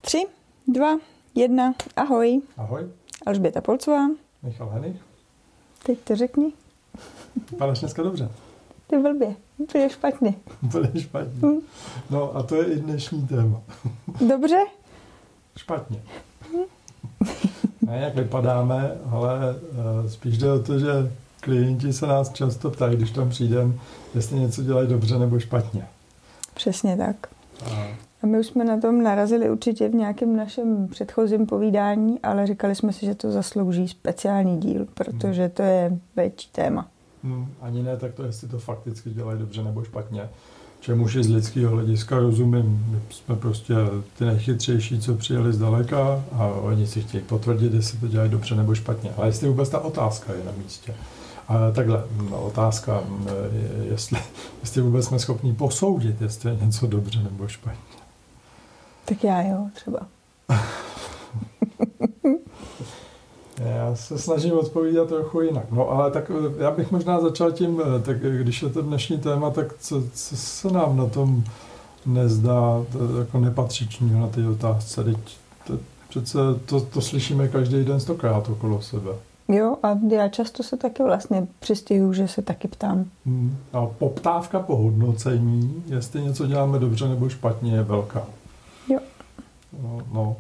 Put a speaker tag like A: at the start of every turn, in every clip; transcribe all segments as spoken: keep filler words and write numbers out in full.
A: Tři, dva, jedna, ahoj.
B: Ahoj.
A: Alžběta Polcová.
B: Michal Henich.
A: Teď to řekni.
B: Vypadáš dneska dobře.
A: Ty blbě, úplně špatně.
B: Úplně špatně. Hmm. No a to je i dnešní téma.
A: Dobře?
B: Špatně. Hmm. Ne, jak vypadáme, ale uh, spíš jde o to, že klienti se nás často ptají, když tam přijdeme, jestli něco dělají dobře nebo špatně.
A: Přesně tak.
B: A...
A: A my už jsme na tom narazili určitě v nějakém našem předchozím povídání, ale říkali jsme si, že to zaslouží speciální díl, protože to je větší téma.
B: Hmm, ani ne tak to, jestli to fakticky dělají dobře nebo špatně. Čemuž i z lidského hlediska rozumím. My jsme prostě ty nejchytřejší, co přijeli zdaleka a oni si chtějí potvrdit, jestli to dělají dobře nebo špatně. Ale jestli vůbec ta otázka je na místě. A takhle, otázka, jestli, jestli vůbec jsme schopni posoudit, jestli je něco dobře nebo špatně.
A: Tak já jo, třeba.
B: Já se snažím odpovídat trochu jinak. No ale tak já bych možná začal tím, tak když je to dnešní téma, tak co, co se nám na tom nezdá to jako nepatřičního na té otázce. Teď to, přece to, to slyšíme každý den stokrát okolo sebe.
A: Jo, a já často se taky vlastně přistihuji, že se taky ptám.
B: Hmm. A poptávka po hodnocení, jestli něco děláme dobře nebo špatně, je velká.
A: Jo.
B: No. no.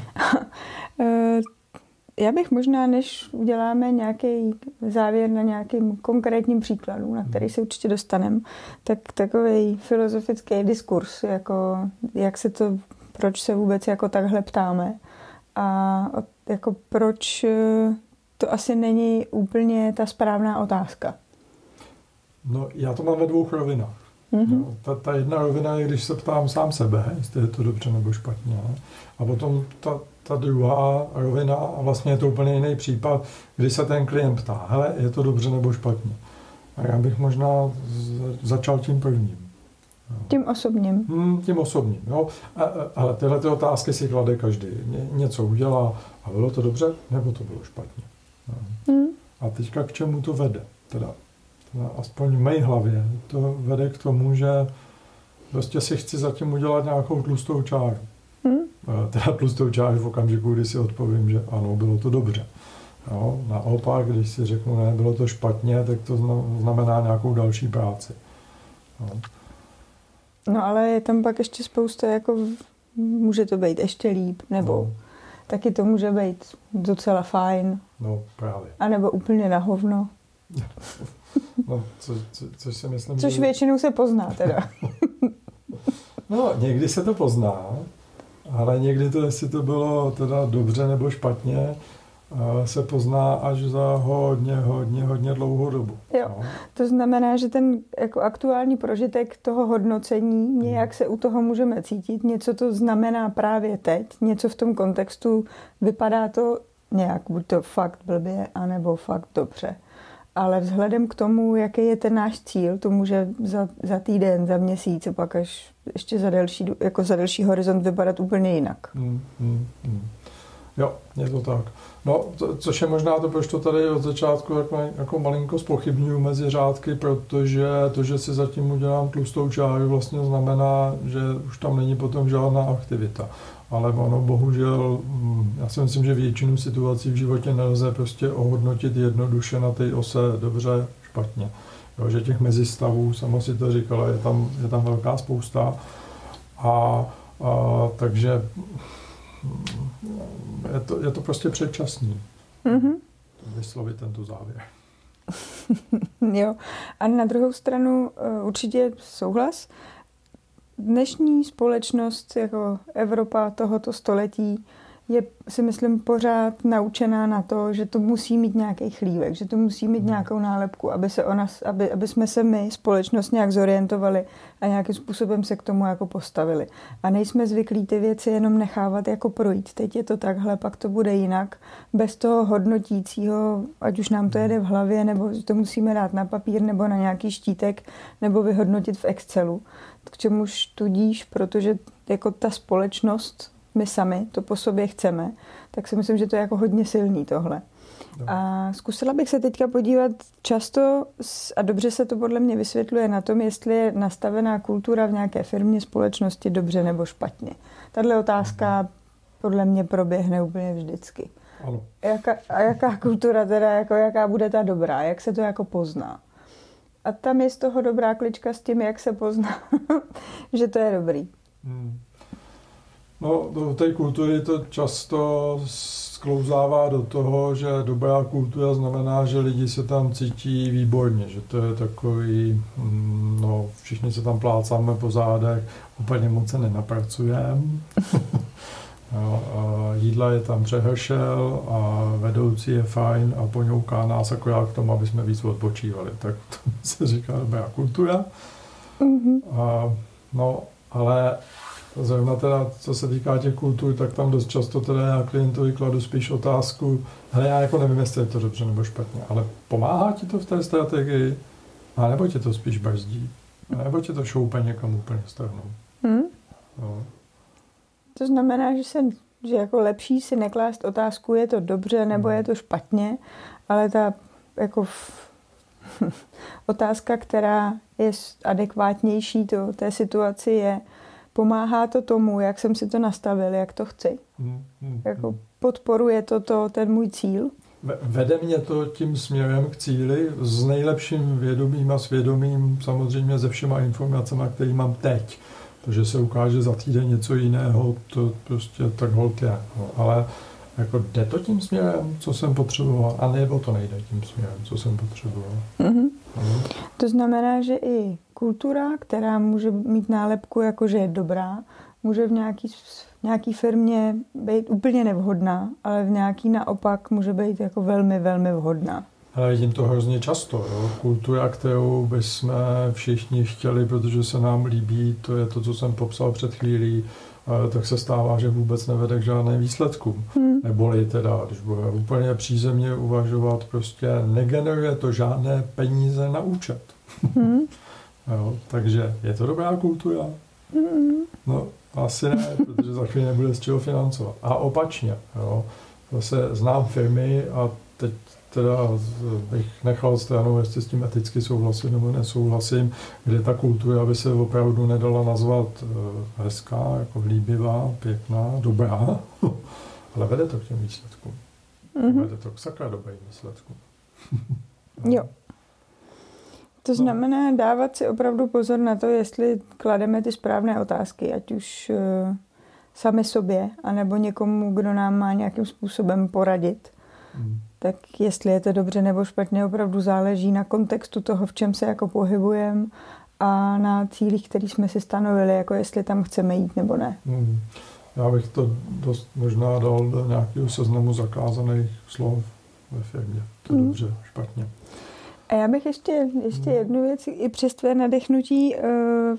A: Já bych možná, než uděláme nějaký závěr na nějakým konkrétním příkladu, na který se určitě dostaneme, tak takový filozofický diskurs, jako jak se to, proč se vůbec jako takhle ptáme a jako proč to asi není úplně ta správná otázka.
B: No, já to mám ve dvou rovinách. Mm-hmm. No, ta, ta jedna rovina je, když se ptám sám sebe, jestli je to dobře nebo špatně. A potom ta, ta druhá rovina, a vlastně je to úplně jiný případ, kdy se ten klient ptá, hele, je to dobře nebo špatně. A já bych možná z, začal tím prvním.
A: Tím osobním.
B: Hmm, tím osobním, jo. A, ale tyhle ty otázky si klade každý. Ně, něco udělá a bylo to dobře, nebo to bylo špatně. Hmm. A teďka k čemu to vede? Teda, teda aspoň v mé hlavě to vede k tomu, že prostě si chci zatím udělat nějakou tlustou čáru. Hmm. Teda tlustou čáru v okamžiku, kdy si odpovím, že ano, bylo to dobře. Jo, naopak, když si řeknu, ne, bylo to špatně, tak to znamená nějakou další práci. Jo.
A: No ale je tam pak ještě spousta, jako může to být ještě líp, nebo no. Taky to může být docela fajn.
B: No právě.
A: A nebo úplně na hovno.
B: No, co, co, což si myslím,
A: Což
B: že...
A: většinou se pozná teda.
B: No, někdy se to pozná, ale někdy to, jestli to bylo teda dobře nebo špatně, se pozná až za hodně, hodně, hodně dlouhou dobu.
A: Jo, no. To znamená, že ten jako aktuální prožitek toho hodnocení, nějak se u toho můžeme cítit, něco to znamená právě teď, něco v tom kontextu, vypadá to nějak, buď to fakt blbě, anebo fakt dobře. Ale vzhledem k tomu, jaký je ten náš cíl, to může za, za týden, za měsíc, a pak až ještě za delší, jako za delší horizont vypadat úplně jinak.
B: Hmm, hmm, hmm. Jo, je to tak. No, to, což je možná to, proč to tady od začátku jako, jako malinko zpochybňuji mezi řádky, protože to, že si zatím udělám tlustou čáru, vlastně znamená, že už tam není potom žádná aktivita. Ale ono bohužel, já si myslím, že většinu situací v životě nelze prostě ohodnotit jednoduše na té ose dobře, špatně. Jo, že těch mezistavů, sama si to říkala, je tam, je tam velká spousta. A, a takže je to, je to prostě předčasný. Mm-hmm. Vyslovit tento závěr.
A: Jo. A na druhou stranu určitě souhlas. Dnešní společnost jako Evropa tohoto století je, si myslím, pořád naučená na to, že to musí mít nějaký chlívek, že to musí mít nějakou nálepku, aby, se o nás, aby, aby jsme se my, společnost, nějak zorientovali a nějakým způsobem se k tomu jako postavili. A nejsme zvyklí ty věci jenom nechávat jako projít. Teď je to takhle, pak to bude jinak. Bez toho hodnotícího, ať už nám to jede v hlavě, nebo to musíme dát na papír, nebo na nějaký štítek, nebo vyhodnotit v Excelu. K čemuž tudíž, protože jako ta společnost, my sami to po sobě chceme, tak si myslím, že to je jako hodně silný tohle. No. A zkusila bych se teďka podívat často, a dobře se to podle mě vysvětluje na tom, jestli je nastavená kultura v nějaké firmě, společnosti dobře nebo špatně. Tahle otázka podle mě proběhne úplně vždycky.
B: Ano.
A: Jaká, a jaká kultura teda, jako jaká bude ta dobrá, jak se to jako pozná. A tam je z toho dobrá klička s tím, jak se pozná, že to je dobrý. Hmm.
B: No, do té kultury to často sklouzává do toho, že dobrá kultura znamená, že lidi se tam cítí výborně, že to je takový, no, všichni se tam plácáme po zádech, úplně moc se nenapracujeme. No, jídla je tam přehršel a vedoucí je fajn a poňouká nás akorát k tomu, aby jsme víc odpočívali. Tak to se říká dobrá kultura. Mm-hmm. A, no, ale zrovna teda, co se týká těch kultur, tak tam dost často teda já klientovi kladu spíš otázku, hele, já jako nevím, jestli je to dobře nebo špatně, ale pomáhá ti to v té strategii? A nebo tě to spíš brzdí? A nebo tě to šoupe někam úplně stranou? Mm. No.
A: To znamená, že, se, že jako lepší si neklást otázku, je to dobře nebo je to špatně, ale ta jako otázka, která je adekvátnější to, té situaci, je, pomáhá to tomu, jak jsem si to nastavil, jak to chci. Hmm, hmm, jako podporuje to, to ten můj cíl.
B: Vede mě to tím směrem k cíli s nejlepším vědomím a svědomím, samozřejmě se všema informacemi, které mám teď. Takže se ukáže za týden něco jiného, to prostě tak holt je. No, ale jako jde to tím směrem, co jsem potřeboval, a nebo to nejde tím směrem, co jsem potřeboval. Mm-hmm.
A: Mm. To znamená, že i kultura, která může mít nálepku jako, že je dobrá, může v nějaký, v nějaký firmě být úplně nevhodná, ale v nějaký naopak může být jako velmi, velmi vhodná.
B: Ale vidím to hrozně často. Jo. Kultura, kterou bychom všichni chtěli, protože se nám líbí, to je to, co jsem popsal před chvílí, tak se stává, že vůbec nevede k žádným výsledkům. Hmm. Neboli teda, když bude úplně přízemně uvažovat, prostě negeneruje to žádné peníze na účet. Hmm. Jo, takže je to dobrá kultura? Hmm. No, asi ne, protože za chvíli nebude z čeho financovat. A opačně. Jo. Zase znám firmy a teď teda bych nechal stranou, jestli s tím eticky souhlasím nebo nesouhlasím, kde ta kultura by se opravdu nedala nazvat hezká, jako líbivá, pěkná, dobrá, ale vede to k těm výsledkům. Mm-hmm. Vede to k sakra dobrým výsledkům.
A: Jo. To znamená dávat si opravdu pozor na to, jestli klademe ty správné otázky, ať už uh, sami sobě, anebo někomu, kdo nám má nějakým způsobem poradit. Mm. Tak jestli je to dobře nebo špatně, opravdu záleží na kontextu toho, v čem se jako pohybujeme a na cílích, který jsme si stanovili, jako jestli tam chceme jít nebo ne. Hmm.
B: Já bych to dost možná dal do nějakého seznamu zakázaných slov ve firmě. To hmm. dobře, špatně.
A: A já bych ještě, ještě hmm. jednu věc, i přes tvé nadechnutí, uh,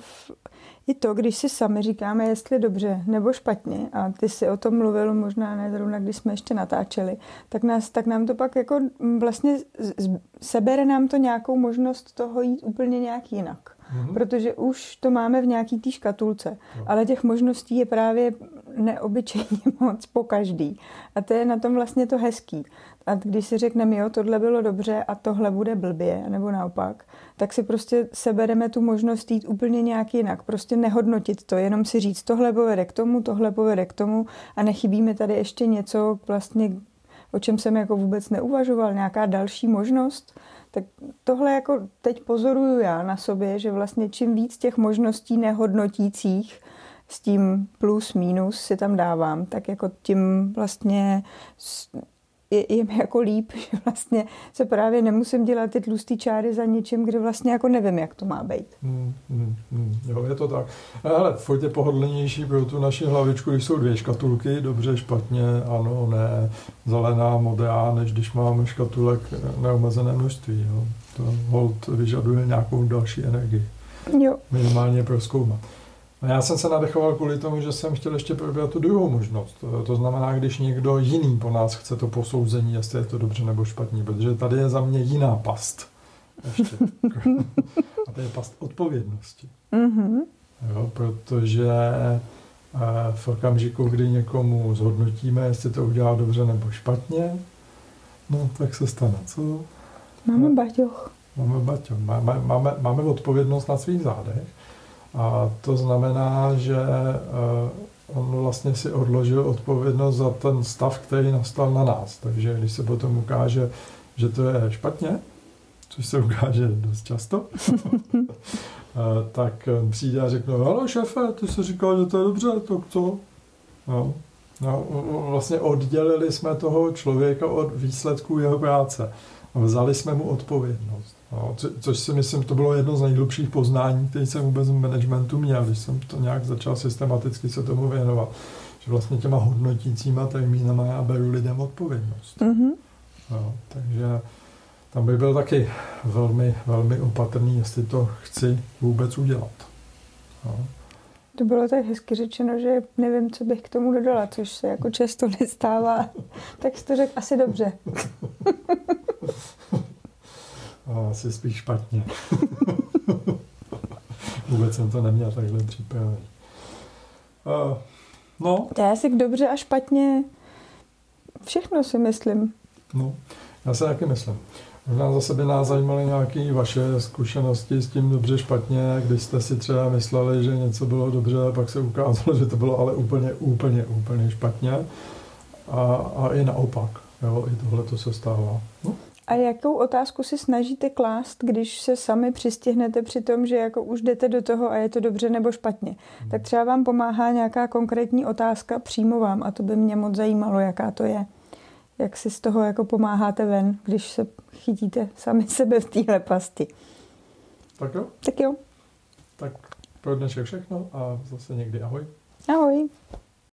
A: i to, když si sami říkáme, jestli dobře nebo špatně, a ty si o tom mluvil, možná ne zrovna, když jsme ještě natáčeli, tak, nás, tak nám to pak jako vlastně sebere nám to nějakou možnost toho jít úplně nějak jinak. Mm-hmm. Protože už to máme v nějaký té škatulce, no. Ale těch možností je právě neobyčejně moc po každý. A to je na tom vlastně to hezký. A když si řekneme, jo, tohle bylo dobře a tohle bude blbě, nebo naopak, tak si prostě sebereme tu možnost jít úplně nějak jinak. Prostě nehodnotit to, jenom si říct, tohle povede k tomu, tohle povede k tomu a nechybí mi tady ještě něco, vlastně, o čem jsem jako vůbec neuvažoval, nějaká další možnost. Tak tohle jako teď pozoruju já na sobě, že vlastně čím víc těch možností nehodnotících s tím plus, minus si tam dávám, tak jako tím vlastně je, je mi jako líp, že vlastně se právě nemusím dělat ty tlustý čáry za něčím, kde vlastně jako nevím, jak to má být.
B: Hmm, hmm, hmm, jo, je to tak. Hele, furt je pohodlnější pro tu naši hlavičku, když jsou dvě škatulky, dobře, špatně, ano, ne, zelená, modrá, než když máme škatulek neomezené množství. Jo. To hold vyžaduje nějakou další energii.
A: Jo.
B: Minimálně prozkoumat. Já jsem se nadechoval kvůli tomu, že jsem chtěl ještě probrat tu druhou možnost. To znamená, když někdo jiný po nás chce to posouzení, jestli je to dobře nebo špatně, protože tady je za mě jiná past. Ještě. A to je past odpovědnosti. Mm-hmm. Jo, protože v okamžiku, kdy někomu zhodnotíme, jestli to udělá dobře nebo špatně, no tak se stane, co?
A: Máme baťoch.
B: Máme baťoch. Máme, máme, máme odpovědnost na svých zádech. A to znamená, že on vlastně si odložil odpovědnost za ten stav, který nastal na nás. Takže když se potom ukáže, že to je špatně, což se ukáže dost často, tak přijde a řekne, ale šéfe, ty jsi říkal, že to je dobře, tak co? No. No, vlastně oddělili jsme toho člověka od výsledků jeho práce. Vzali jsme mu odpovědnost. No, co, což si myslím, to bylo jedno z nejhlubších poznání, které jsem vůbec v managementu měl, když jsem to nějak začal systematicky se tomu věnovat. Že vlastně těma hodnotícíma termínama já beru lidem odpovědnost. Mm-hmm. No, takže tam by byl taky velmi, velmi opatrný, jestli to chci vůbec udělat. No.
A: To bylo tak hezky řečeno, že nevím, co bych k tomu dodala, což se jako často nestává. Tak jsi to řekl asi dobře.
B: Asi spíš špatně. Vůbec jsem to neměl takhle připravený. Uh, no.
A: To je asi dobře a špatně všechno, si myslím.
B: No, já se taky myslím. Možná zase by nás zajímaly nějaké vaše zkušenosti s tím dobře špatně, když jste si třeba mysleli, že něco bylo dobře, pak se ukázalo, že to bylo ale úplně, úplně, úplně špatně. A, a i naopak. Jo, i tohle to se stává. No.
A: A jakou otázku si snažíte klást, když se sami přistihnete při tom, že jako už jdete do toho a je to dobře nebo špatně? Hmm. Tak třeba vám pomáhá nějaká konkrétní otázka přímo vám a to by mě moc zajímalo, jaká to je. Jak si z toho jako pomáháte ven, když se chytíte sami sebe v téhle pasti.
B: Tak jo.
A: Tak jo.
B: Tak pro dnešek všechno a zase někdy ahoj.
A: Ahoj.